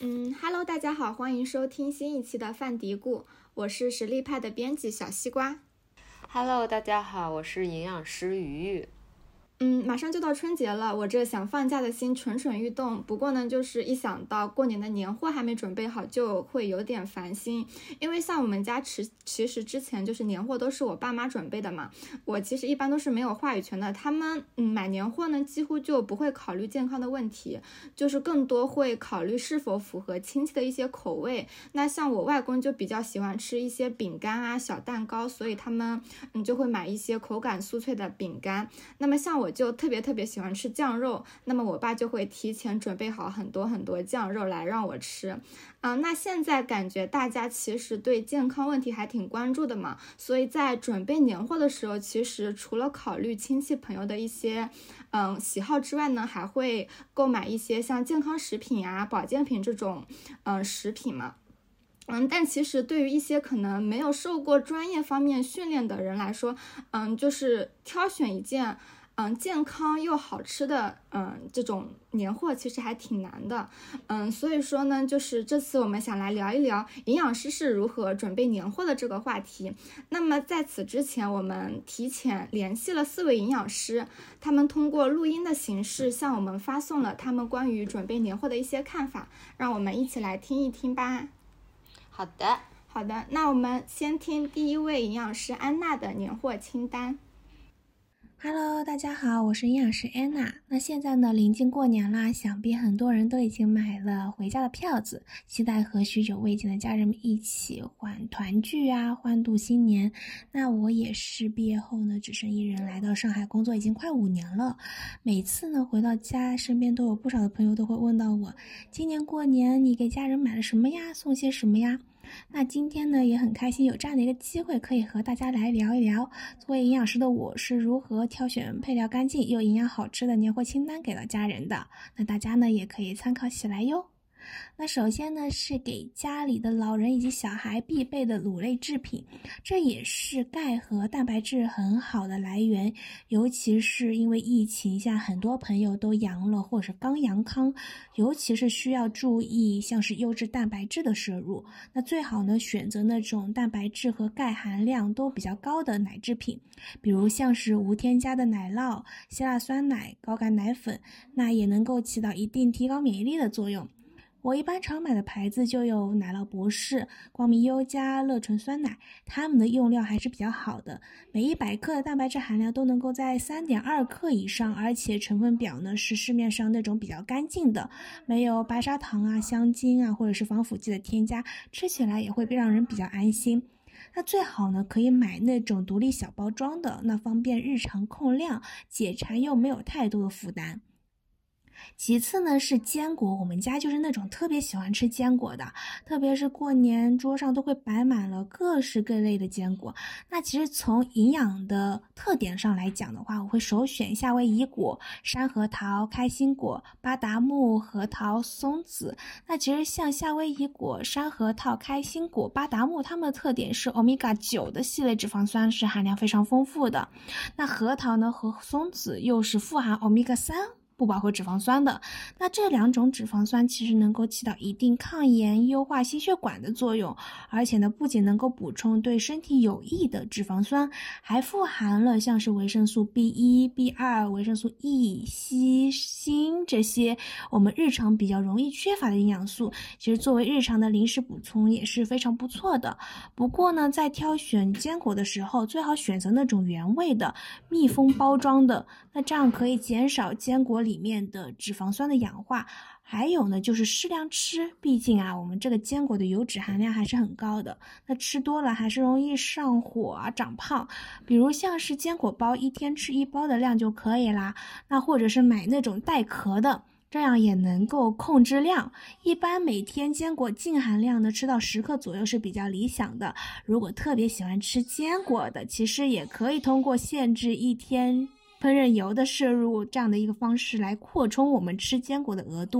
Hello，大家好，欢迎收听新一期的饭嘀咕，我是实力派的编辑小西瓜。 Hello，大家好，我是营养师鱼鱼。 马上就到春节了，我这想放假的心蠢蠢欲动。不过呢，就是一想到过年的年货还没准备好，就会有点烦心。因为像我们家其实之前就是年货都是我爸妈准备的嘛，我其实一般都是没有话语权的。他们买年货呢，几乎就不会考虑健康的问题，就是更多会考虑是否符合亲戚的一些口味。那像我外公就比较喜欢吃一些饼干啊、小蛋糕，所以他们就会买一些口感酥脆的饼干。那么像我就特别喜欢吃酱肉，那么我爸就会提前准备好很多酱肉来让我吃。那现在感觉大家其实对健康问题还挺关注的嘛，所以在准备年货的时候，其实除了考虑亲戚朋友的一些喜好之外呢，还会购买一些像健康食品啊、保健品这种食品嘛。但其实对于一些可能没有受过专业方面训练的人来说，就是挑选一件健康又好吃的这种年货其实还挺难的。所以说呢，就是这次我们想来聊一聊营养师是如何准备年货的这个话题。那么在此之前，我们提前联系了4位营养师，他们通过录音的形式向我们发送了他们关于准备年货的一些看法，让我们一起来听一听吧。 好的， 那我们先听第一位营养师安娜的年货清单。 Hello， 大家好，我是营养师安娜。那现在呢，临近过年啦，想必很多人都已经买了回家的票子，期待和许久未见的家人们一起团聚啊，欢度新年。那我也是毕业后呢，只身一人来到上海工作已经快5年了。每次呢回到家，身边都有不少的朋友都会问到我，今年过年你给家人买了什么呀？送些什么呀？那今天呢也很开心有这样的一个机会可以和大家来聊一聊，作为营养师的我是如何挑选配料干净又营养好吃的年货清单给到家人的，那大家呢也可以参考起来哟。那首先呢是给家里的老人以及小孩必备的乳类制品，这也是钙和蛋白质很好的来源，尤其是因为疫情下很多朋友都阳了或者是刚阳康，尤其是需要注意像是优质蛋白质的摄入，那最好呢选择那种蛋白质和钙含量都比较高的奶制品，比如像是无添加的奶酪、希腊酸奶、高钙奶粉，那也能够起到一定提高免疫力的作用。我一般常买的牌子就有奶酪博士、光明优加、乐纯酸奶，它们的用料还是比较好的，每100克的蛋白质含量都能够在 3.2 克以上，而且成分表呢是市面上那种比较干净的，没有白砂糖啊、香精啊或者是防腐剂的添加，吃起来也会让人比较安心。那最好呢可以买那种独立小包装的，那方便日常控量，解馋又没有太多的负担。其次呢是坚果，我们家就是那种特别喜欢吃坚果的，特别是过年桌上都会摆满了各式各类的坚果。那其实从营养的特点上来讲的话，我会首选夏威夷果、山核桃、开心果、巴达木、核桃、松子。那其实像夏威夷果、山核桃、开心果、巴达木，它们的特点是 Omega-9 的系列脂肪酸是含量非常丰富的，那核桃呢和松子又是富含 Omega-3不饱和脂肪酸的，那这2种脂肪酸其实能够起到一定抗炎、优化心血管的作用，而且呢，不仅能够补充对身体有益的脂肪酸，还富含了像是维生素 B1、B2、维生素 E、硒、锌这些我们日常比较容易缺乏的营养素，其实作为日常的零食补充也是非常不错的。不过呢，在挑选坚果的时候，最好选择那种原味的、密封包装的，那这样可以减少坚果里面的脂肪酸的氧化。还有呢就是适量吃，毕竟啊我们这个坚果的油脂含量还是很高的，那吃多了还是容易上火啊长胖，比如像是坚果包1天吃1包的量就可以啦，那或者是买那种带壳的，这样也能够控制量，一般每天坚果净含量呢吃到10克左右是比较理想的。如果特别喜欢吃坚果的，其实也可以通过限制1天烹饪油的摄入这样的一个方式来扩充我们吃坚果的额度。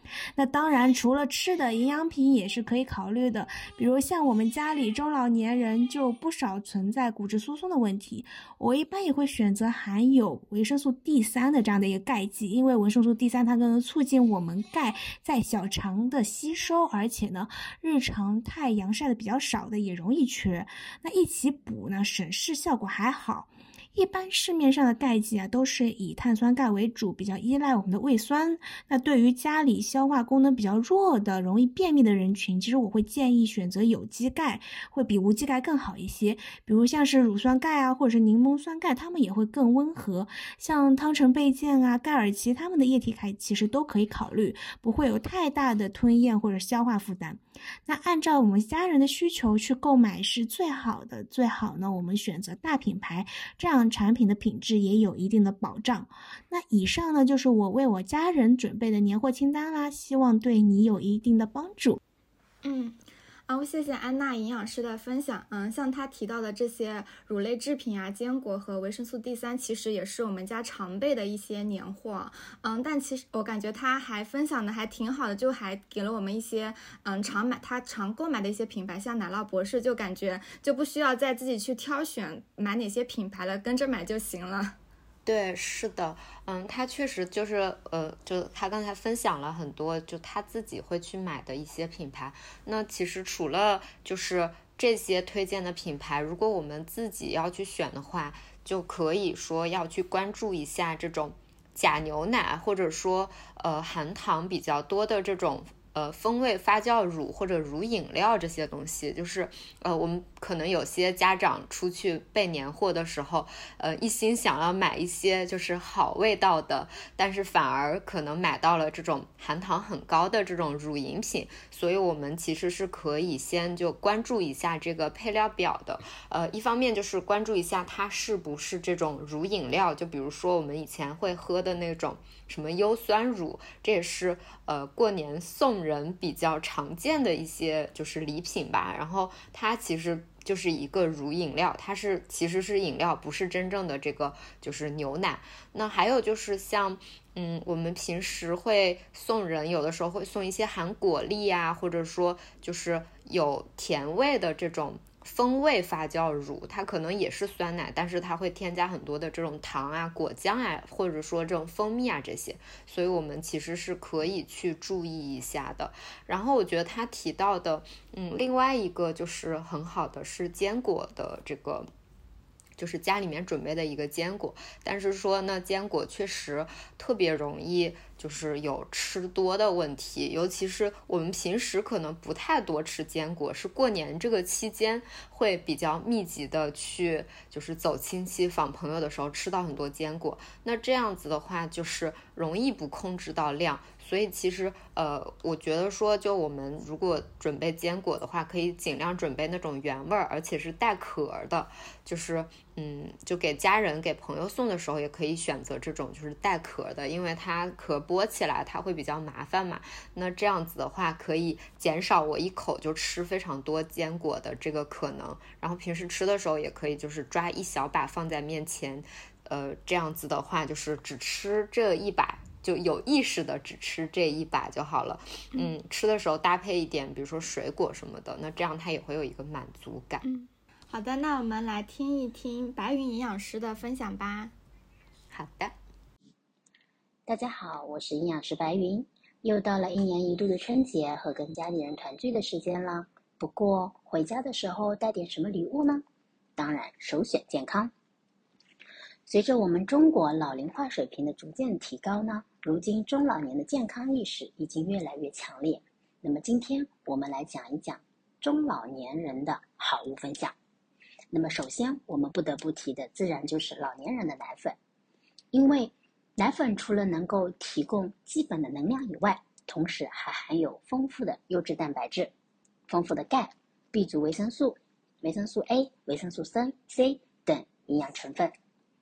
那当然除了吃的，营养品也是可以考虑的，比如像我们家里中老年人就不少存在骨质疏松的问题，我一般也会选择含有维生素 D3 的这样的一个钙剂，因为维生素 D3 它更能促进我们钙在小肠的吸收，而且呢日常太阳晒的比较少的也容易缺，那一起补呢省事效果还好。一般市面上的钙剂啊，都是以碳酸钙为主，比较依赖我们的胃酸。那对于家里消化功能比较弱的、容易便秘的人群，其实我会建议选择有机钙，会比无机钙更好一些。比如像是乳酸钙啊，或者是柠檬酸钙，它们也会更温和。像汤臣倍健啊、盖尔奇，它们的液体钙其实都可以考虑，不会有太大的吞咽或者消化负担。那按照我们家人的需求去购买是最好的，最好呢我们选择大品牌，这样产品的品质也有一定的保障。那以上呢就是我为我家人准备的年货清单啦，希望对你有一定的帮助。 谢谢安娜营养师的分享。像她提到的这些乳类制品啊、坚果和维生素 D3，其实也是我们家常备的一些年货。但其实我感觉她还分享的还挺好的，就还给了我们一些她常购买的一些品牌，像奶酪博士，就感觉就不需要再自己去挑选买哪些品牌了，跟着买就行了。 对，是的，他确实就是就他刚才分享了很多，就他自己会去买的一些品牌。那其实除了就是这些推荐的品牌，如果我们自己要去选的话，就可以说要去关注一下这种假牛奶，或者说含糖比较多的这种风味发酵乳或者乳饮料这些东西。就是我们可能有些家长出去备年货的时候，一心想要买一些就是好味道的，但是反而可能买到了这种含糖很高的这种乳饮品。所以我们其实是可以先就关注一下这个配料表的，一方面就是关注一下它是不是这种乳饮料，就比如说我们以前会喝的那种什么优酸乳，这也是过年送人比较常见的一些就是礼品吧。然后它其实就是一个乳饮料，它其实是饮料，不是真正的这个就是牛奶。那还有就是像我们平时会送人，有的时候会送一些含果粒啊，或者说就是有甜味的这种风味发酵乳，它可能也是酸奶，但是它会添加很多的这种糖啊、果酱啊，或者说这种蜂蜜啊这些，所以我们其实是可以去注意一下的。然后我觉得他提到的另外一个就是很好的是坚果的这个，就是家里面准备的一个坚果，但是说呢坚果确实特别容易就是有吃多的问题，尤其是我们平时可能不太多吃坚果，是过年这个期间会比较密集的去就是走亲戚访朋友的时候吃到很多坚果，那这样子的话就是容易不控制到量。所以其实我觉得说就我们如果准备坚果的话，可以尽量准备那种原味而且是带壳的，就是就给家人给朋友送的时候也可以选择这种就是带壳的，因为它壳剥起来它会比较麻烦嘛。那这样子的话可以减少我一口就吃非常多坚果的这个可能，然后平时吃的时候也可以就是抓一小把放在面前，这样子的话就是只吃这一把，就有意识的只吃这一把就好了。吃的时候搭配一点比如说水果什么的，那这样它也会有一个满足感。 好的，那我们来听一听白云营养师的分享吧。 好的， 大家好，我是营养师白云。又到了一年一度的春节和跟家里人团聚的时间了。不过回家的时候带点什么礼物呢？当然首选健康。随着我们中国老龄化水平的逐渐提高呢，如今中老年的健康意识已经越来越强烈。那么今天我们来讲一讲中老年人的好物分享。那么首先我们不得不提的自然就是老年人的奶粉，因为奶粉除了能够提供基本的能量以外，同时还含有丰富的优质蛋白质、丰富的钙、B 族维生素、维生素 A、维生素 C 等营养成分。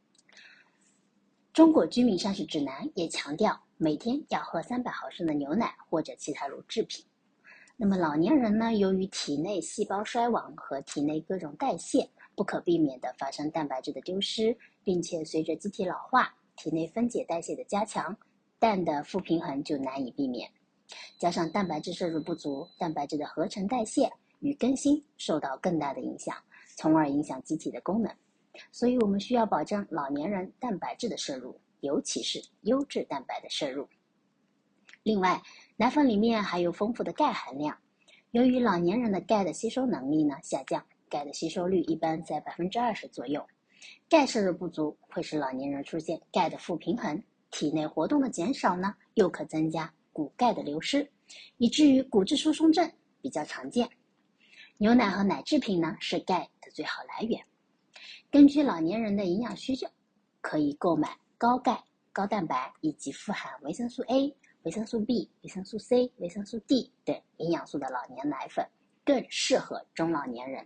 中国居民膳食指南也强调每天要喝300毫升的牛奶或者其他乳制品。那么老年人呢，由于体内细胞衰亡和体内各种代谢，不可避免地发生蛋白质的丢失，并且随着机体老化，体内分解代谢的加强，氮的负平衡就难以避免。 加上蛋白质摄入不足，蛋白质的合成代谢与更新受到更大的影响，从而影响机体的功能。所以我们需要保证老年人蛋白质的摄入，尤其是优质蛋白的摄入。另外，奶粉里面还有丰富的钙含量，由于老年人的钙的吸收能力呢下降，钙的吸收率一般在 20% 左右。钙摄入不足会使老年人出现钙的负平衡，体内活动的减少呢，又可增加骨钙的流失，以至于骨质疏松症比较常见。牛奶和奶制品呢是钙的最好来源。根据老年人的营养需求，可以购买高钙、高蛋白以及富含维生素 A、维生素 B、维生素 C、维生素 D 等营养素的老年奶粉，更适合中老年人。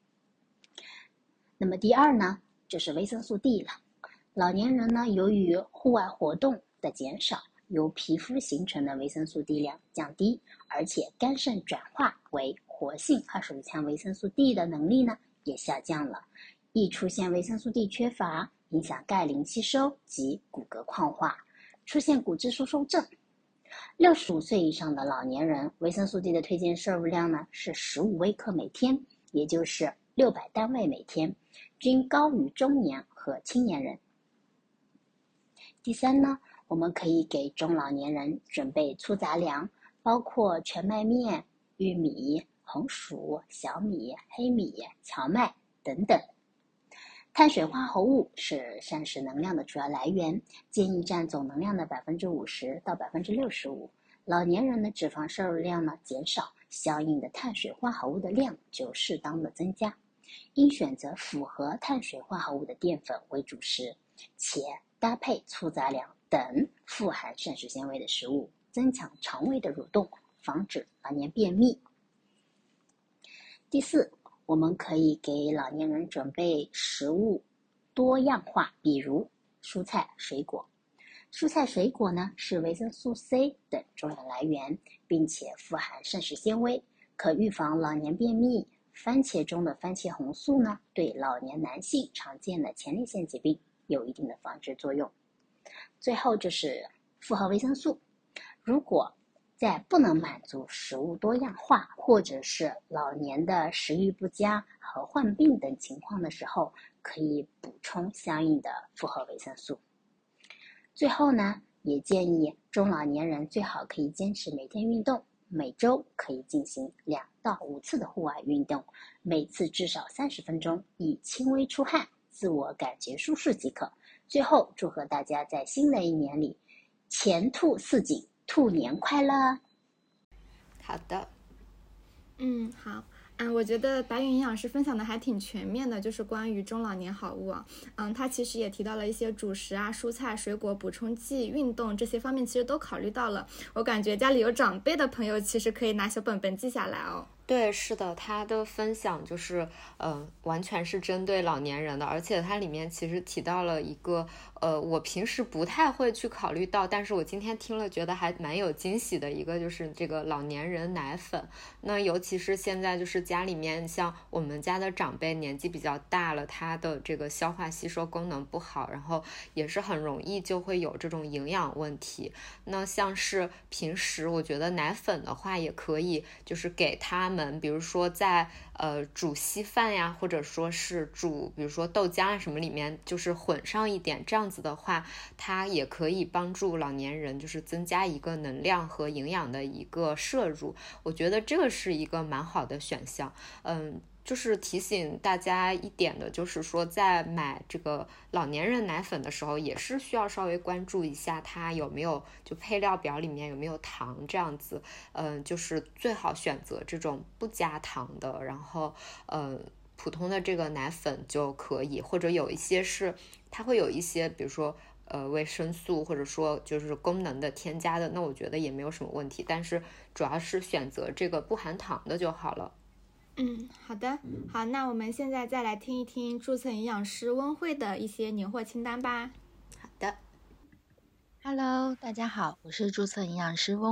那么第二呢，就是维生素 D 了。老年人呢，由于户外活动的减少，由皮肤形成的维生素 D 量降低，而且肝肾转化为活性25羟维生素 D 的能力呢也下降了，易出现维生素 D 缺乏，影响钙磷吸收及骨骼矿化，出现骨质疏松症。65岁以上的老年人，维生素 D 的推荐摄入量呢是15微克每天，也就是600单位每天，均高于中年和青年人。第三呢，我们可以给中老年人准备粗杂粮，包括全麦面、玉米、红薯、小米、黑米、荞麦等等。碳水化合物是膳食能量的主要来源，建议占总能量的 50% 到 65%。老年人的脂肪摄入量呢减少，相应的碳水化合物的量就适当的增加。应选择符合碳水化合物的淀粉为主食，且搭配粗杂粮等富含膳食纤维的食物，增强肠胃的蠕动，防止老年便秘。第四，我们可以给老年人准备食物多样化，比如蔬菜水果。蔬菜水果呢是维生素 C 等重要来源，并且富含膳食纤维，可预防老年便秘。番茄中的番茄红素呢，对老年男性常见的前列腺疾病有一定的防治作用。最后就是复合维生素，如果在不能满足食物多样化，或者是老年的食欲不佳和患病等情况的时候，可以补充相应的复合维生素。最后呢，也建议中老年人最好可以坚持每天运动，每周可以进行2到5次的户外运动，每次至少30分钟，以轻微出汗，自我感觉舒适即可。最后，祝贺大家在新的一年里前兔似锦，兔年快乐！ 好的， 好。我觉得白云营养师分享的还挺全面的，就是关于中老年好物啊。他其实也提到了一些主食啊、蔬菜、水果、补充剂、运动这些方面，其实都考虑到了。我感觉家里有长辈的朋友，其实可以拿小本本记下来哦。 对，是的，他的分享就是完全是针对老年人的，而且它里面其实提到了一个我平时不太会去考虑到，但是我今天听了觉得还蛮有惊喜的一个，就是这个老年人奶粉。那尤其是现在就是家里面像我们家的长辈年纪比较大了，他的这个消化吸收功能不好，然后也是很容易就会有这种营养问题。那像是平时我觉得奶粉的话也可以就是给他们比如说在煮稀饭呀，或者说是煮比如说豆浆啊什么里面就是混上一点，这样子的话它也可以帮助老年人就是增加一个能量和营养的一个摄入，我觉得这个是一个蛮好的选项。就是提醒大家一点的，就是说在买这个老年人奶粉的时候，也是需要稍微关注一下它有没有就配料表里面有没有糖这样子。就是最好选择这种不加糖的，然后普通的这个奶粉就可以，或者有一些是它会有一些比如说维生素或者说就是功能的添加的，那我觉得也没有什么问题，但是主要是选择这个不含糖的就好了。 好的，好，那我们现在再来听一听注册营养师温慧的一些年货清单吧。 好的 ，Hello， 大家好，我是注册营养师温慧。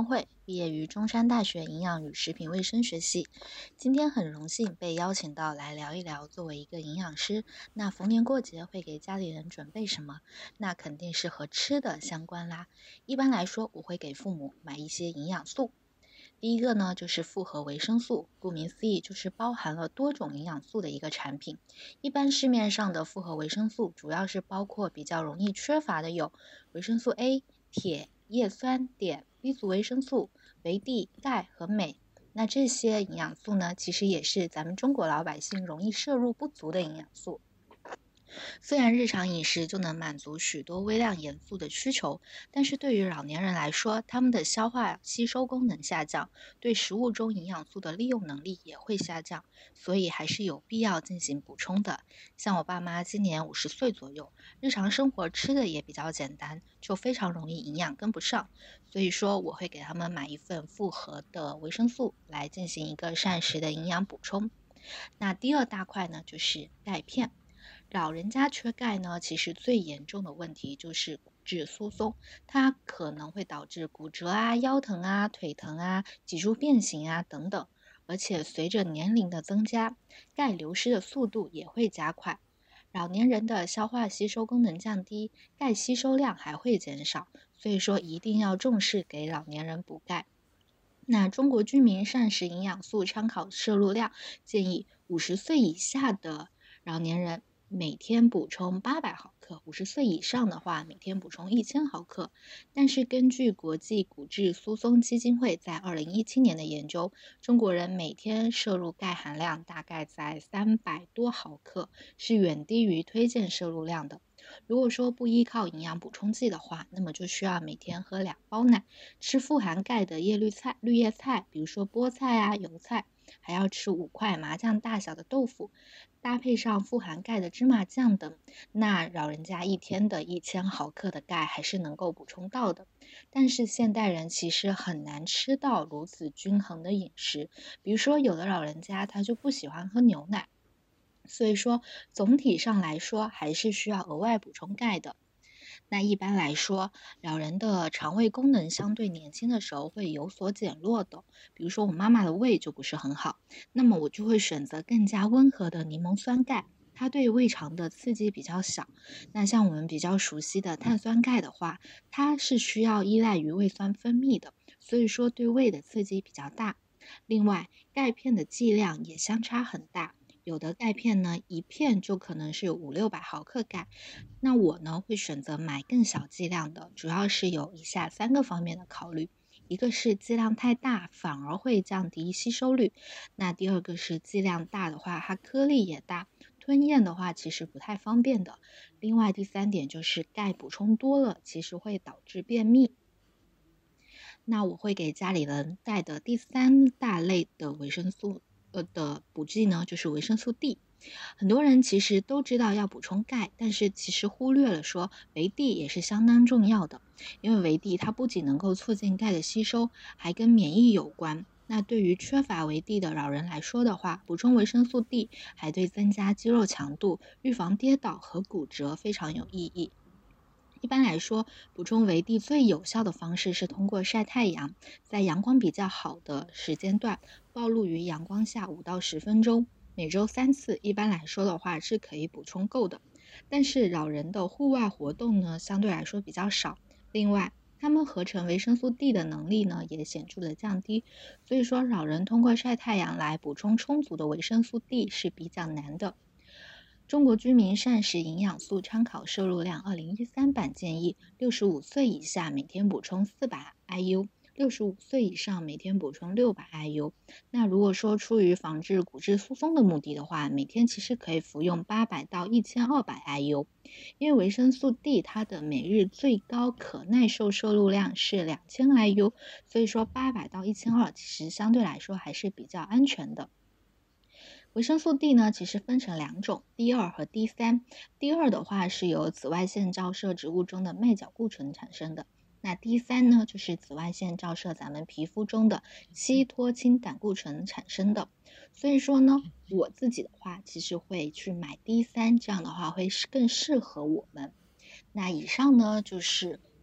毕业于中山大学营养与食品卫生学系。今天很荣幸被邀请到来聊一聊，作为一个营养师，那逢年过节会给家里人准备什么？那肯定是和吃的相关啦。一般来说，我会给父母买一些营养素。第一个呢，就是复合维生素，顾名思义，就是包含了多种营养素的一个产品。一般市面上的复合维生素，主要是包括比较容易缺乏的有维生素 A、铁、叶酸、碘、B 族维生素、维 D、钙和镁。那这些营养素呢，其实也是咱们中国老百姓容易摄入不足的营养素。虽然日常饮食就能满足许多微量元素的需求，但是对于老年人来说，他们的消化吸收功能下降，对食物中营养素的利用能力也会下降，所以还是有必要进行补充的。像我爸妈今年50岁左右，日常生活吃的也比较简单，就非常容易营养跟不上，所以说我会给他们买一份复合的维生素来进行一个膳食的营养补充。那第二大块呢，就是钙片。老人家缺钙呢，其实最严重的问题就是骨质疏松，它可能会导致骨折啊、腰疼啊、腿疼啊、脊柱变形啊等等。而且随着年龄的增加，钙流失的速度也会加快。老年人的消化吸收功能降低，钙吸收量还会减少，所以说一定要重视给老年人补钙。那中国居民膳食营养素参考摄入量建议50岁以下的老年人每天补充800毫克，50岁以上的话每天补充1000毫克。但是根据国际骨质疏松基金会在2017年的研究，中国人每天摄入钙含量大概在300多毫克，是远低于推荐摄入量的。如果说不依靠营养补充剂的话，那么就需要每天喝2包奶，吃富含钙的绿叶菜，比如说菠菜啊、油菜，还要吃5块麻酱大小的豆腐，搭配上富含钙的芝麻酱等，那老人家一天的1000毫克的钙还是能够补充到的。但是现代人其实很难吃到如此均衡的饮食，比如说有的老人家他就不喜欢喝牛奶，所以说总体上来说还是需要额外补充钙的。那一般来说，老人的肠胃功能相对年轻的时候会有所减弱的。比如说我妈妈的胃就不是很好，那么我就会选择更加温和的柠檬酸钙，它对胃肠的刺激比较小。那像我们比较熟悉的碳酸钙的话，它是需要依赖于胃酸分泌的，所以说对胃的刺激比较大。另外，钙片的剂量也相差很大。有的钙片呢，一片就可能是有500-600毫克钙，那我呢会选择买更小剂量的，主要是有以下3个方面的考虑。一个是剂量太大，反而会降低吸收率。那第二个是剂量大的话，它颗粒也大，吞咽的话其实不太方便的。另外第3点就是钙补充多了，其实会导致便秘。那我会给家里人带的第3大类的维生素的补剂呢，就是维生素 D。很多人其实都知道要补充钙，但是其实忽略了说维 D 也是相当重要的。因为维 D 它不仅能够促进钙的吸收，还跟免疫有关。那对于缺乏维 D 的老人来说的话，补充维生素 D 还对增加肌肉强度、预防跌倒和骨折非常有意义。一般来说，补充维 D 最有效的方式是通过晒太阳，在阳光比较好的时间段，暴露于阳光下5到10分钟，每周3次，一般来说的话是可以补充够的。但是老人的户外活动呢，相对来说比较少，另外他们合成维生素 D 的能力呢也显著的降低，所以说老人通过晒太阳来补充充足的维生素 D 是比较难的。中国居民膳食营养素参考摄入量2013版建议65岁以下每天补充400 IU， 65岁以上每天补充600 IU。 那如果说出于防治骨质疏松的目的的话，每天其实可以服用800到1200 IU。 因为维生素 D 它的每日最高可耐受摄入量是2000 IU， 所以说800到1200其实相对来说还是比较安全的。维生素 D 呢，其实分成2种， D2 和 D3。 D2 的话是由紫外线照射植物中的麦角固醇产生的，那 D3 呢，就是紫外线照射咱们皮肤中的西脱氢胆固醇产生的。所以说呢，我自己的话其实会去买 D3， 这样的话会更适合我们。那以上呢就是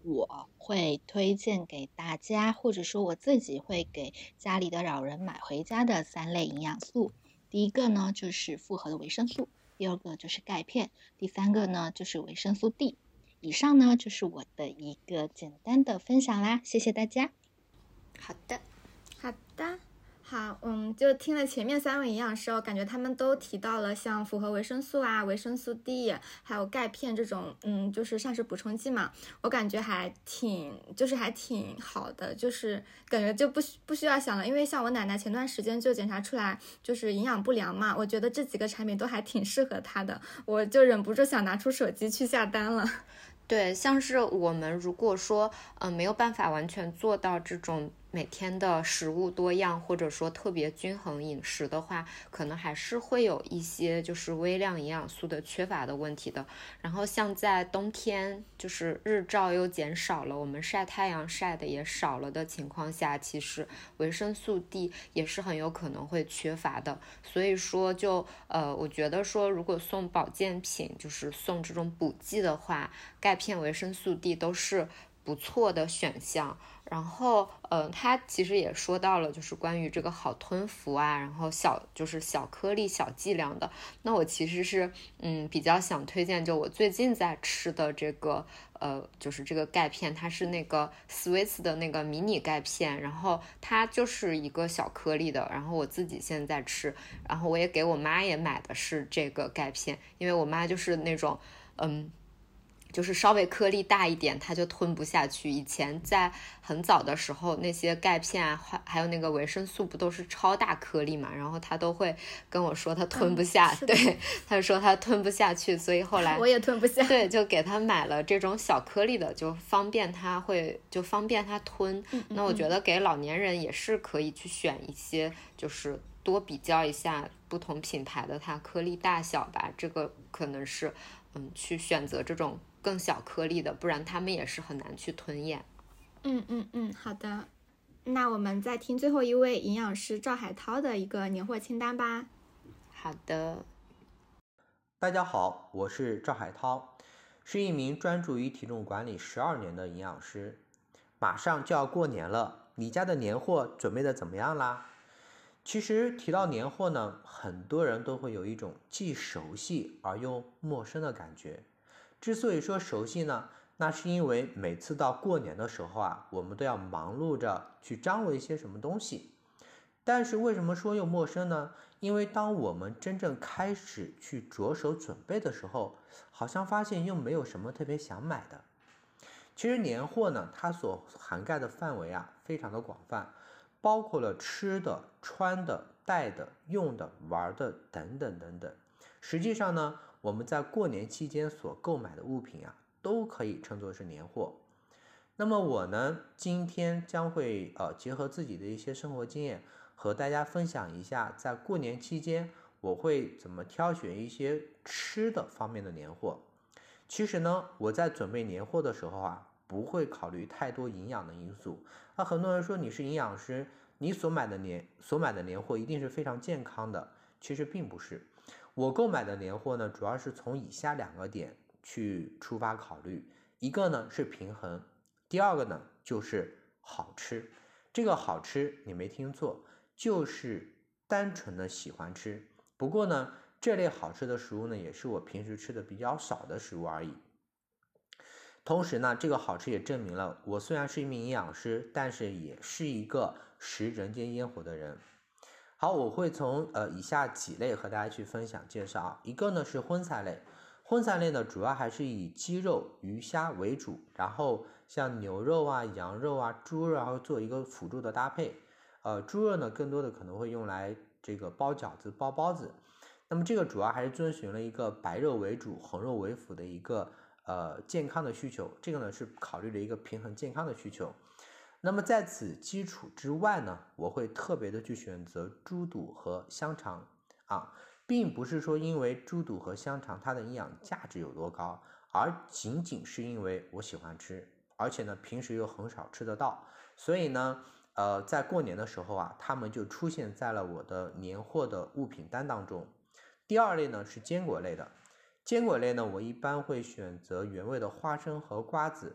我会推荐给大家，或者说我自己会给家里的老人买回家的3类营养素。第一个呢就是复合的维生素，第二个就是钙片，第三个呢就是维生素 D。以上呢就是我的一个简单的分享啦，谢谢大家。 好的， 好的。好，就听了前面3位营养师，我感觉他们都提到了像复合维生素啊、维生素 D， 还有钙片这种，就是膳食补充剂嘛，我感觉还挺好的，就是感觉就不需要想了，因为像我奶奶前段时间就检查出来就是营养不良嘛，我觉得这几个产品都还挺适合她的，我就忍不住想拿出手机去下单了。 对，像是我们如果说没有办法完全做到这种每天的食物多样，或者说特别均衡饮食的话，可能还是会有一些就是微量营养素的缺乏的问题的。然后像在冬天，就是日照又减少了，我们晒太阳晒的也少了的情况下，其实维生素 D 也是很有可能会缺乏的。所以说我觉得说如果送保健品，就是送这种补剂的话，钙片、维生素 D 都是不错的选项。然后他其实也说到了就是关于这个好吞服啊，然后就是小颗粒小剂量的。那我其实是比较想推荐就我最近在吃的这个就是这个钙片，它是那个 Swiss 的那个迷你钙片，然后它就是一个小颗粒的，然后我自己现在吃，然后我也给我妈也买的是这个钙片，因为我妈就是那种就是稍微颗粒大一点它就吞不下去。以前在很早的时候那些钙片啊还有那个维生素不都是超大颗粒嘛，然后他都会跟我说他吞不下，对，他说他吞不下去，所以后来我也吞不下， 对，就给他买了这种小颗粒的，就方便他吞。那我觉得给老年人也是可以去选一些，就是多比较一下不同品牌的它颗粒大小吧，这个可能是去选择这种更小颗粒的，不然他们也是很难去吞咽。 好的，那我们再听最后一位营养师赵海涛的一个年货清单吧。 好的， 大家好，我是赵海涛，是一名专注于体重管理12年的营养师。马上就要过年了，你家的年货准备的怎么样啦？其实提到年货呢，很多人都会有一种既熟悉而又陌生的感觉。之所以说熟悉呢，那是因为每次到过年的时候啊，我们都要忙碌着去张罗一些什么东西。但是为什么说又陌生呢？因为当我们真正开始去着手准备的时候，好像发现又没有什么特别想买的。其实年货呢，它所涵盖的范围啊非常的广泛，包括了吃的、穿的、戴的、用的、玩的等等等等。实际上呢，我们在过年期间所购买的物品啊，都可以称作是年货。那么我呢，今天将会结合自己的一些生活经验，和大家分享一下，在过年期间我会怎么挑选一些吃的方面的年货。其实呢，我在准备年货的时候啊，不会考虑太多营养的因素。很多人说你是营养师，你所买的年货一定是非常健康的，其实并不是。我购买的年货呢，主要是从以下2个点去出发考虑，一个呢是平衡，第二个呢就是好吃。这个好吃你没听错，就是单纯的喜欢吃。不过呢，这类好吃的食物呢，也是我平时吃的比较少的食物而已。同时呢，这个好吃也证明了我虽然是一名营养师，但是也是一个食人间烟火的人。好，我会从以下几类和大家去分享介绍啊。一个呢是荤菜类，荤菜类呢主要还是以鸡肉、鱼虾为主，然后像牛肉啊、羊肉啊、猪肉啊做一个辅助的搭配。猪肉呢更多的可能会用来这个包饺子、包包子。那么这个主要还是遵循了一个白肉为主、红肉为辅的一个健康的需求。这个呢是考虑了一个平衡健康的需求。那么在此基础之外呢，我会特别的去选择猪肚和香肠啊，并不是说因为猪肚和香肠它的营养价值有多高，而仅仅是因为我喜欢吃，而且呢平时又很少吃得到，所以呢在过年的时候啊，它们就出现在了我的年货的物品单当中。第二类呢是坚果类的，坚果类呢我一般会选择原味的花生和瓜子。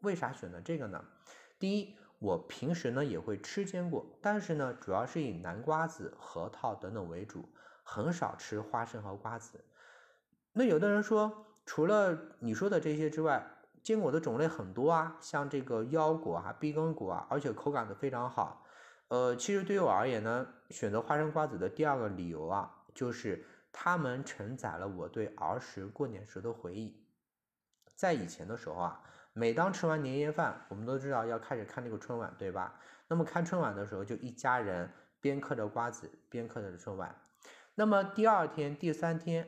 为啥选择这个呢？第一，我平时呢也会吃坚果，但是呢主要是以南瓜子、核桃等等为主，很少吃花生和瓜子。那有的人说，除了你说的这些之外，坚果的种类很多啊，像这个腰果啊、碧根果啊，而且口感都非常好。其实对于我而言呢，选择花生瓜子的第二个理由啊，就是它们承载了我对儿时过年时的回忆。在以前的时候啊，每当吃完年夜饭，我们都知道要开始看这个春晚，对吧？那么看春晚的时候，就一家人边嗑着瓜子边嗑着春晚。那么第二天、第三天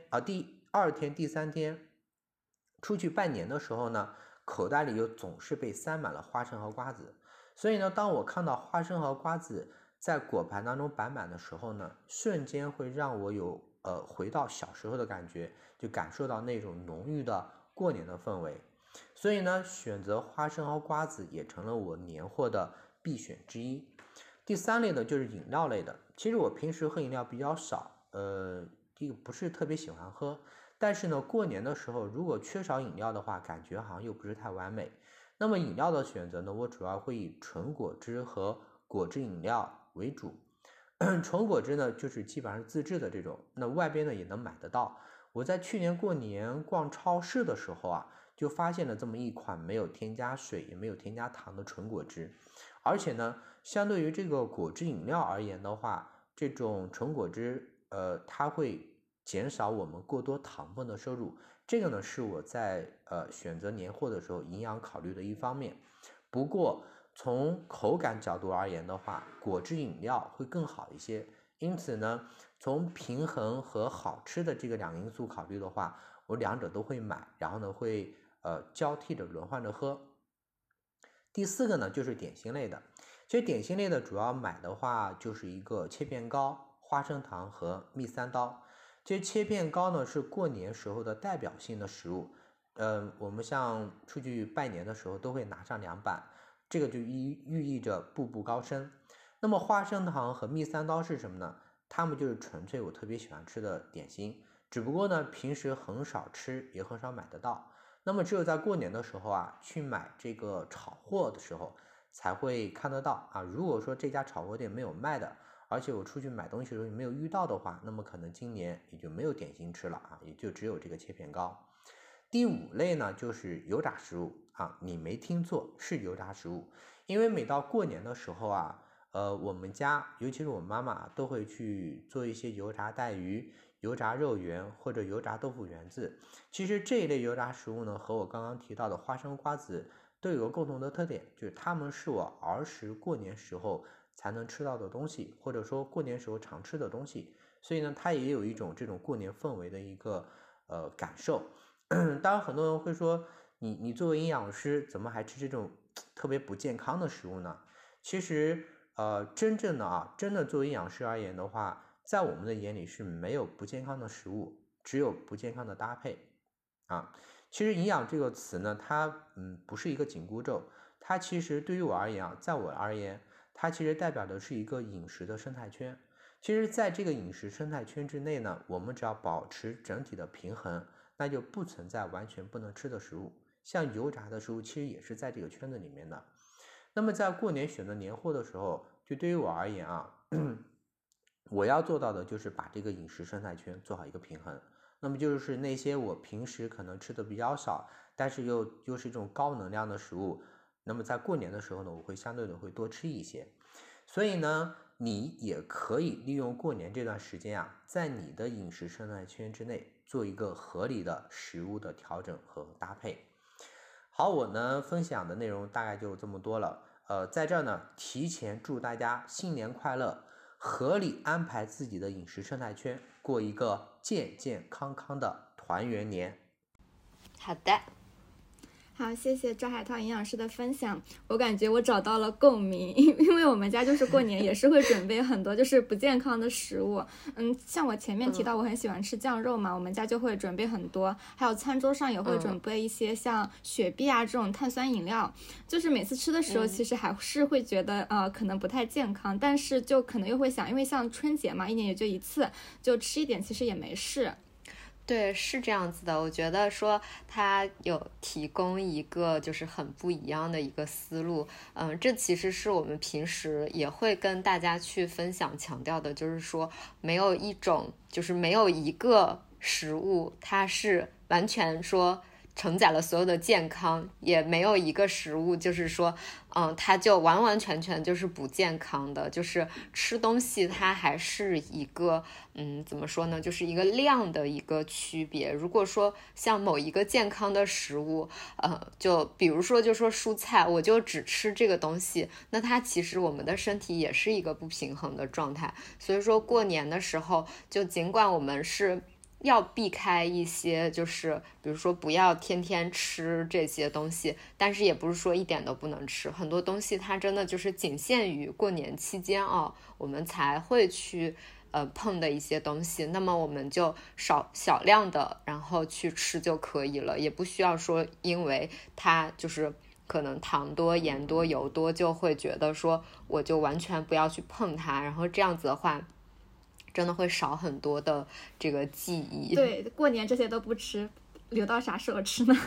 出去拜年的时候呢，口袋里又总是被塞满了花生和瓜子。所以呢，当我看到花生和瓜子在果盘当中摆满的时候呢，瞬间会让我有回到小时候的感觉，就感受到那种浓郁的过年的氛围。所以呢，选择花生和瓜子也成了我年货的必选之一。第三类的就是饮料类的。其实我平时喝饮料比较少，第一个不是特别喜欢喝，但是呢，过年的时候如果缺少饮料的话，感觉好像又不是太完美。那么饮料的选择呢，我主要会以纯果汁和果汁饮料为主。纯果汁呢，就是基本上是自制的这种，那外边呢也能买得到。我在去年过年逛超市的时候啊，就发现了这么一款没有添加水也没有添加糖的纯果汁。而且呢，相对于这个果汁饮料而言的话，这种纯果汁它会减少我们过多糖分的摄入。这个呢是我在选择年货的时候营养考虑的一方面。不过从口感角度而言的话，果汁饮料会更好一些。因此呢，从平衡和好吃的这个两个因素考虑的话，我两者都会买，然后呢会交替着轮换着喝。第四个呢就是点心类的。其实点心类的主要买的话就是一个切片糕、花生糖和蜜三刀。这切片糕呢是过年时候的代表性的食物，我们像出去拜年的时候都会拿上2板，这个就寓意着步步高升。那么花生糖和蜜三刀是什么呢？它们就是纯粹我特别喜欢吃的点心，只不过呢平时很少吃，也很少买得到。那么只有在过年的时候啊，去买这个炒货的时候才会看得到啊。如果说这家炒货店没有卖的，而且我出去买东西的时候没有遇到的话，那么可能今年也就没有点心吃了啊，也就只有这个切片糕。第5类呢就是油炸食物啊，你没听错，是油炸食物。因为每到过年的时候啊，我们家尤其是我妈妈都会去做一些油炸带鱼、油炸肉圆或者油炸豆腐圆子。其实这一类油炸食物呢，和我刚刚提到的花生瓜子都有个共同的特点，就是它们是我儿时过年时候才能吃到的东西，或者说过年时候常吃的东西，所以呢，它也有一种这种过年氛围的一个感受。当然，很多人会说，你作为营养师，怎么还吃这种特别不健康的食物呢？其实，真的作为营养师而言的话，在我们的眼里是没有不健康的食物，只有不健康的搭配啊。其实营养这个词呢，它不是一个紧箍咒，它其实对于我而言啊，在我而言，它其实代表的是一个饮食的生态圈。其实在这个饮食生态圈之内呢，我们只要保持整体的平衡，那就不存在完全不能吃的食物。像油炸的食物其实也是在这个圈子里面的。那么在过年选择年货的时候，就对于我而言啊，我要做到的就是把这个饮食生态圈做好一个平衡。那么就是那些我平时可能吃的比较少，但是又是一种高能量的食物，那么在过年的时候呢，我会相对的会多吃一些。所以呢，你也可以利用过年这段时间啊，在你的饮食生态圈之内做一个合理的食物的调整和搭配。好，我呢分享的内容大概就这么多了。在这儿呢，提前祝大家新年快乐，合理安排自己的饮食生态圈，过一个健健康康的团圆年。 好的。 好，谢谢赵海涛营养师的分享，我感觉我找到了共鸣，因为我们家就是过年也是会准备很多就是不健康的食物，像我前面提到我很喜欢吃酱肉嘛，我们家就会准备很多，还有餐桌上也会准备一些像雪碧啊这种碳酸饮料，就是每次吃的时候其实还是会觉得可能不太健康，但是就可能又会想，因为像春节嘛，一年也就一次，就吃一点其实也没事。 对，是这样子的。我觉得说它有提供一个就是很不一样的一个思路，这其实是我们平时也会跟大家去分享强调的，就是说没有一个食物它是完全说承载了所有的健康，也没有一个食物就是说它就完完全全就是不健康的，就是吃东西它还是一个怎么说呢，就是一个量的一个区别。如果说像某一个健康的食物就比如说就说蔬菜，我就只吃这个东西，那它其实我们的身体也是一个不平衡的状态。所以说过年的时候，就尽管我们是要避开一些，就是比如说不要天天吃这些东西，但是也不是说一点都不能吃，很多东西它真的就是仅限于过年期间我们才会去碰的一些东西，那么我们就小量的然后去吃就可以了，也不需要说因为它就是可能糖多盐多油多就会觉得说我就完全不要去碰它，然后这样子的话真的会少很多的这个记忆。 对，过年这些都不吃，留到啥时候吃呢？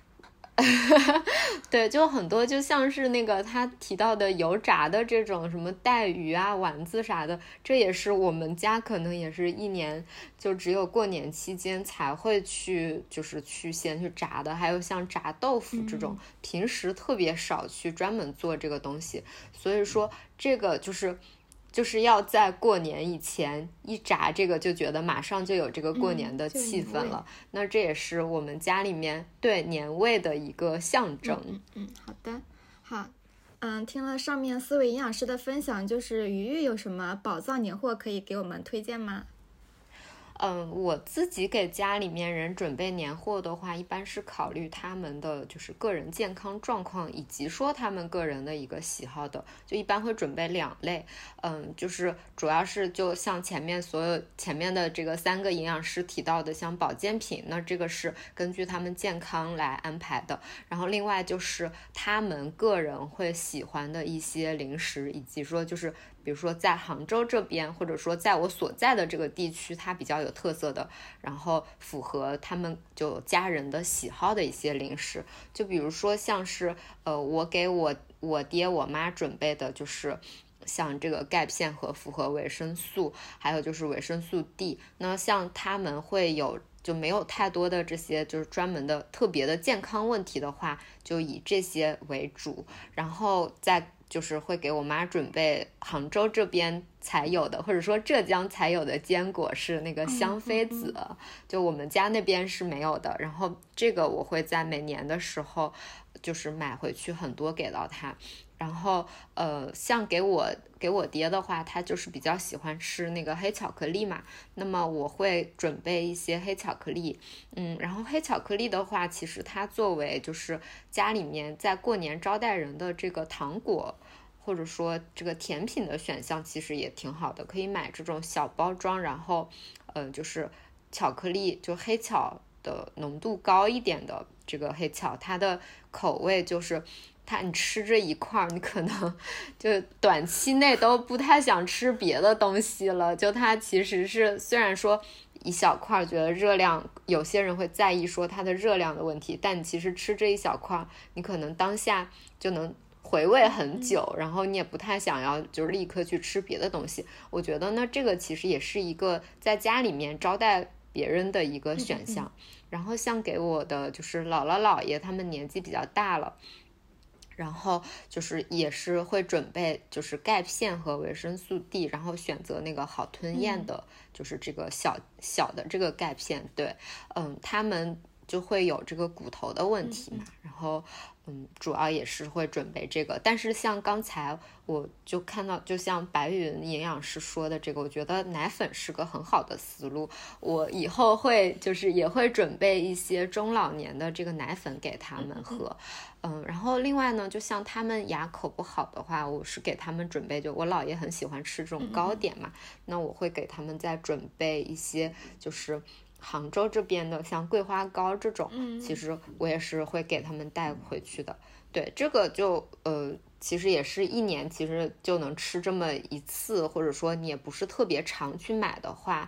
对，就很多就像是那个他提到的油炸的这种什么带鱼啊丸子啥的，这也是我们家可能也是一年就只有过年期间才会去就是去先去炸的，还有像炸豆腐这种平时特别少去专门做这个东西。所以说这个就是要在过年以前一炸这个，就觉得马上就有这个过年的气氛了。那这也是我们家里面对年味的一个象征。 好的，好，听了上面4位营养师的分享，就是鱼有什么宝藏年货可以给我们推荐吗？ 我自己给家里面人准备年货的话，一般是考虑他们的就是个人健康状况，以及说他们个人的一个喜好的，就一般会准备2类。就是主要是就像前面的这个3个营养师提到的，像保健品，那这个是根据他们健康来安排的。然后另外就是他们个人会喜欢的一些零食，以及说就是比如说在杭州这边，或者说在我所在的这个地区，它比较有特色的，然后符合他们就家人的喜好的一些零食。就比如说像是我给我爹我妈准备的就是像这个钙片和复合维生素，还有就是维生素 D。 那像他们会有就没有太多的这些就是专门的特别的健康问题的话，就以这些为主。然后再就是会给我妈准备杭州这边才有的，或者说浙江才有的坚果，是那个香妃子，就我们家那边是没有的。然后这个我会在每年的时候就是买回去很多给到他。然后像给我爹的话，他就是比较喜欢吃那个黑巧克力嘛，那么我会准备一些黑巧克力。然后黑巧克力的话，其实它作为就是家里面在过年招待人的这个糖果或者说这个甜品的选项，其实也挺好的，可以买这种小包装，然后就是巧克力就黑巧的浓度高一点的这个黑巧，它的口味就是你吃这一块，你可能就短期内都不太想吃别的东西了。就它其实是虽然说一小块觉得热量，有些人会在意说它的热量的问题，但你其实吃这一小块，你可能当下就能回味很久，然后你也不太想要就是立刻去吃别的东西。我觉得呢，这个其实也是一个在家里面招待别人的一个选项。然后像给我的就是姥姥姥爷，他们年纪比较大了，然后就是也是会准备就是钙片和维生素 D， 然后选择那个好吞咽的，就是这个小的这个钙片。对，他们就会有这个骨头的问题嘛，然后主要也是会准备这个。但是像刚才我就看到，就像白云营养师说的这个，我觉得奶粉是个很好的思路。我以后会就是也会准备一些中老年的这个奶粉给他们喝。然后另外呢，就像他们牙口不好的话，我是给他们准备，就我姥爷很喜欢吃这种糕点嘛，那我会给他们再准备一些就是杭州这边的像桂花糕这种，其实我也是会给他们带回去的。对，这个就其实也是一年其实就能吃这么一次，或者说你也不是特别常去买的话，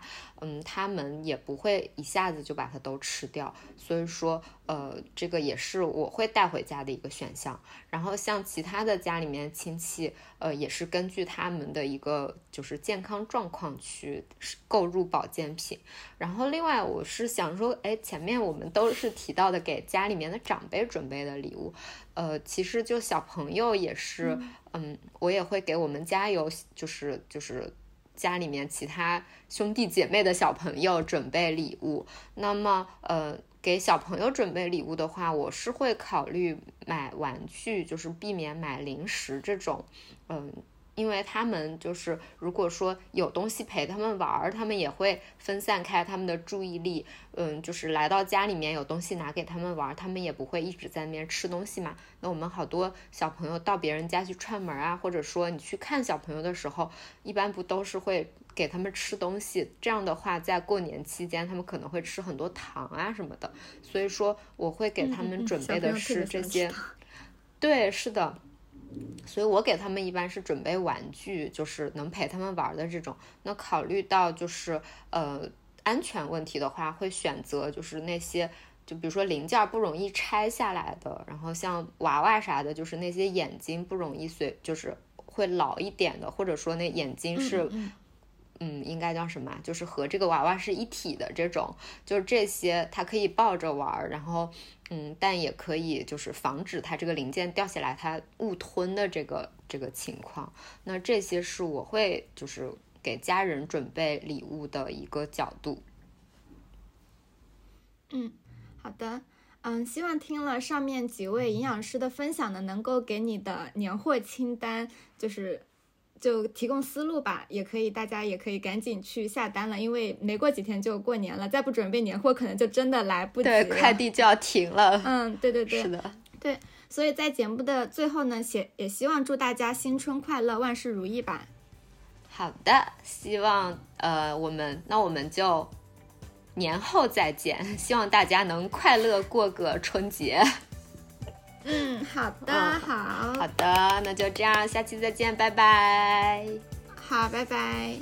他们也不会一下子就把它都吃掉，所以说这个也是我会带回家的一个选项。然后像其他的家里面亲戚也是根据他们的一个就是健康状况去购入保健品。然后另外我是想说，前面我们都是提到的给家里面的长辈准备的礼物，其实就小朋友也是，我也会给我们家有就是家里面其他兄弟姐妹的小朋友准备礼物。那么给小朋友准备礼物的话，我是会考虑买玩具，就是避免买零食这种，因为他们就是如果说有东西陪他们玩，他们也会分散开他们的注意力，就是来到家里面有东西拿给他们玩，他们也不会一直在那边吃东西嘛。那我们好多小朋友到别人家去串门啊，或者说你去看小朋友的时候，一般不都是会给他们吃东西，这样的话在过年期间他们可能会吃很多糖啊什么的，所以说我会给他们准备的是这些，对，是的。所以我给他们一般是准备玩具，就是能陪他们玩的这种。那考虑到就是安全问题的话，会选择就是那些就比如说零件不容易拆下来的，然后像娃娃啥的，就是那些眼睛不容易就是会老一点的，或者说那眼睛是应该叫什么，就是和这个娃娃是一体的这种，就是这些它可以抱着玩，然后但也可以就是防止它这个零件掉下来它误吞的这个情况。那这些是我会就是给家人准备礼物的一个角度。 好的。希望听了上面几位营养师的分享呢，能够给你的年货清单就提供思路吧，大家也可以赶紧去下单了，因为没过几天就过年了，再不准备年货可能就真的来不及了。 对，快递就要停了。 对， 是的， 对，所以在节目的最后呢，也希望祝大家新春快乐，万事如意吧。 好的，希望我们就年后再见，希望大家能快乐过个春节。 好的，好的，那就这样，下期再见，拜拜。 好，拜拜。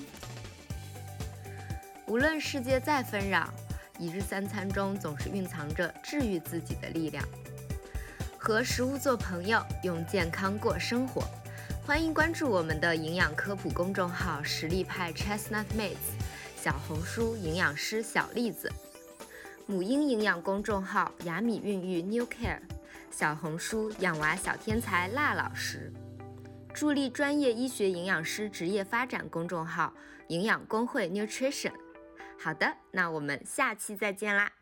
无论世界再纷扰，一日三餐中总是蕴藏着治愈自己的力量。和食物做朋友，用健康过生活。欢迎关注我们的营养科普公众号实力派 Chestnut Mates， 小红书营养师小栗子，母婴营养公众号雅米孕育 New Care，小红书养娃小天才辣老师，助力专业医学营养师职业发展公众号营养工会 Nutrition。好的，那我们下期再见啦。